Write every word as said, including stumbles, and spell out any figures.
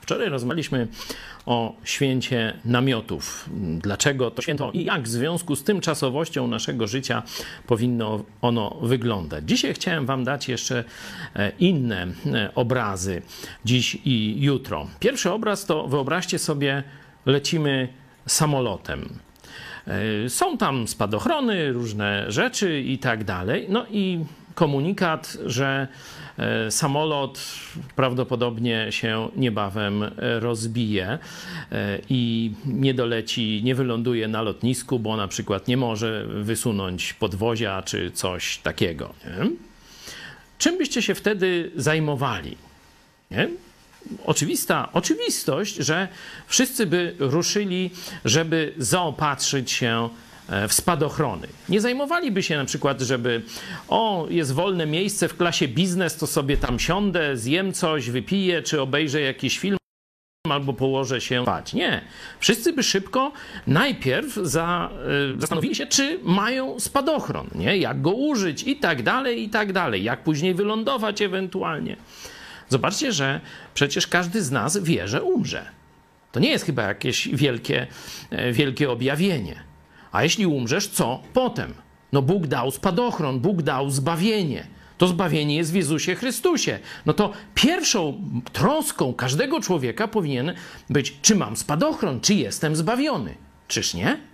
Wczoraj rozmawialiśmy o święcie namiotów. Dlaczego to święto i jak w związku z tymczasowością naszego życia powinno ono wyglądać. Dzisiaj chciałem wam dać jeszcze inne obrazy, dziś i jutro. Pierwszy obraz to wyobraźcie sobie, lecimy samolotem. Są tam spadochrony, różne rzeczy i tak dalej. No i komunikat, że samolot prawdopodobnie się niebawem rozbije i nie doleci, nie wyląduje na lotnisku, bo na przykład nie może wysunąć podwozia czy coś takiego. Nie? Czym byście się wtedy zajmowali? Nie? Oczywista oczywistość, że wszyscy by ruszyli, żeby zaopatrzyć się w spadochrony. Nie zajmowaliby się na przykład, żeby o, jest wolne miejsce w klasie biznes, to sobie tam siądę, zjem coś, wypiję, czy obejrzę jakiś film, albo położę się spać. Nie. Wszyscy by szybko najpierw za, y, zastanowili się, czy mają spadochron, nie? Jak go użyć i tak dalej, i tak dalej. Jak później wylądować ewentualnie. Zobaczcie, że przecież każdy z nas wie, że umrze. To nie jest chyba jakieś wielkie, wielkie objawienie. A jeśli umrzesz, co potem? No Bóg dał spadochron, Bóg dał zbawienie. To zbawienie jest w Jezusie Chrystusie. No to pierwszą troską każdego człowieka powinien być, czy mam spadochron, czy jestem zbawiony. Czyż nie?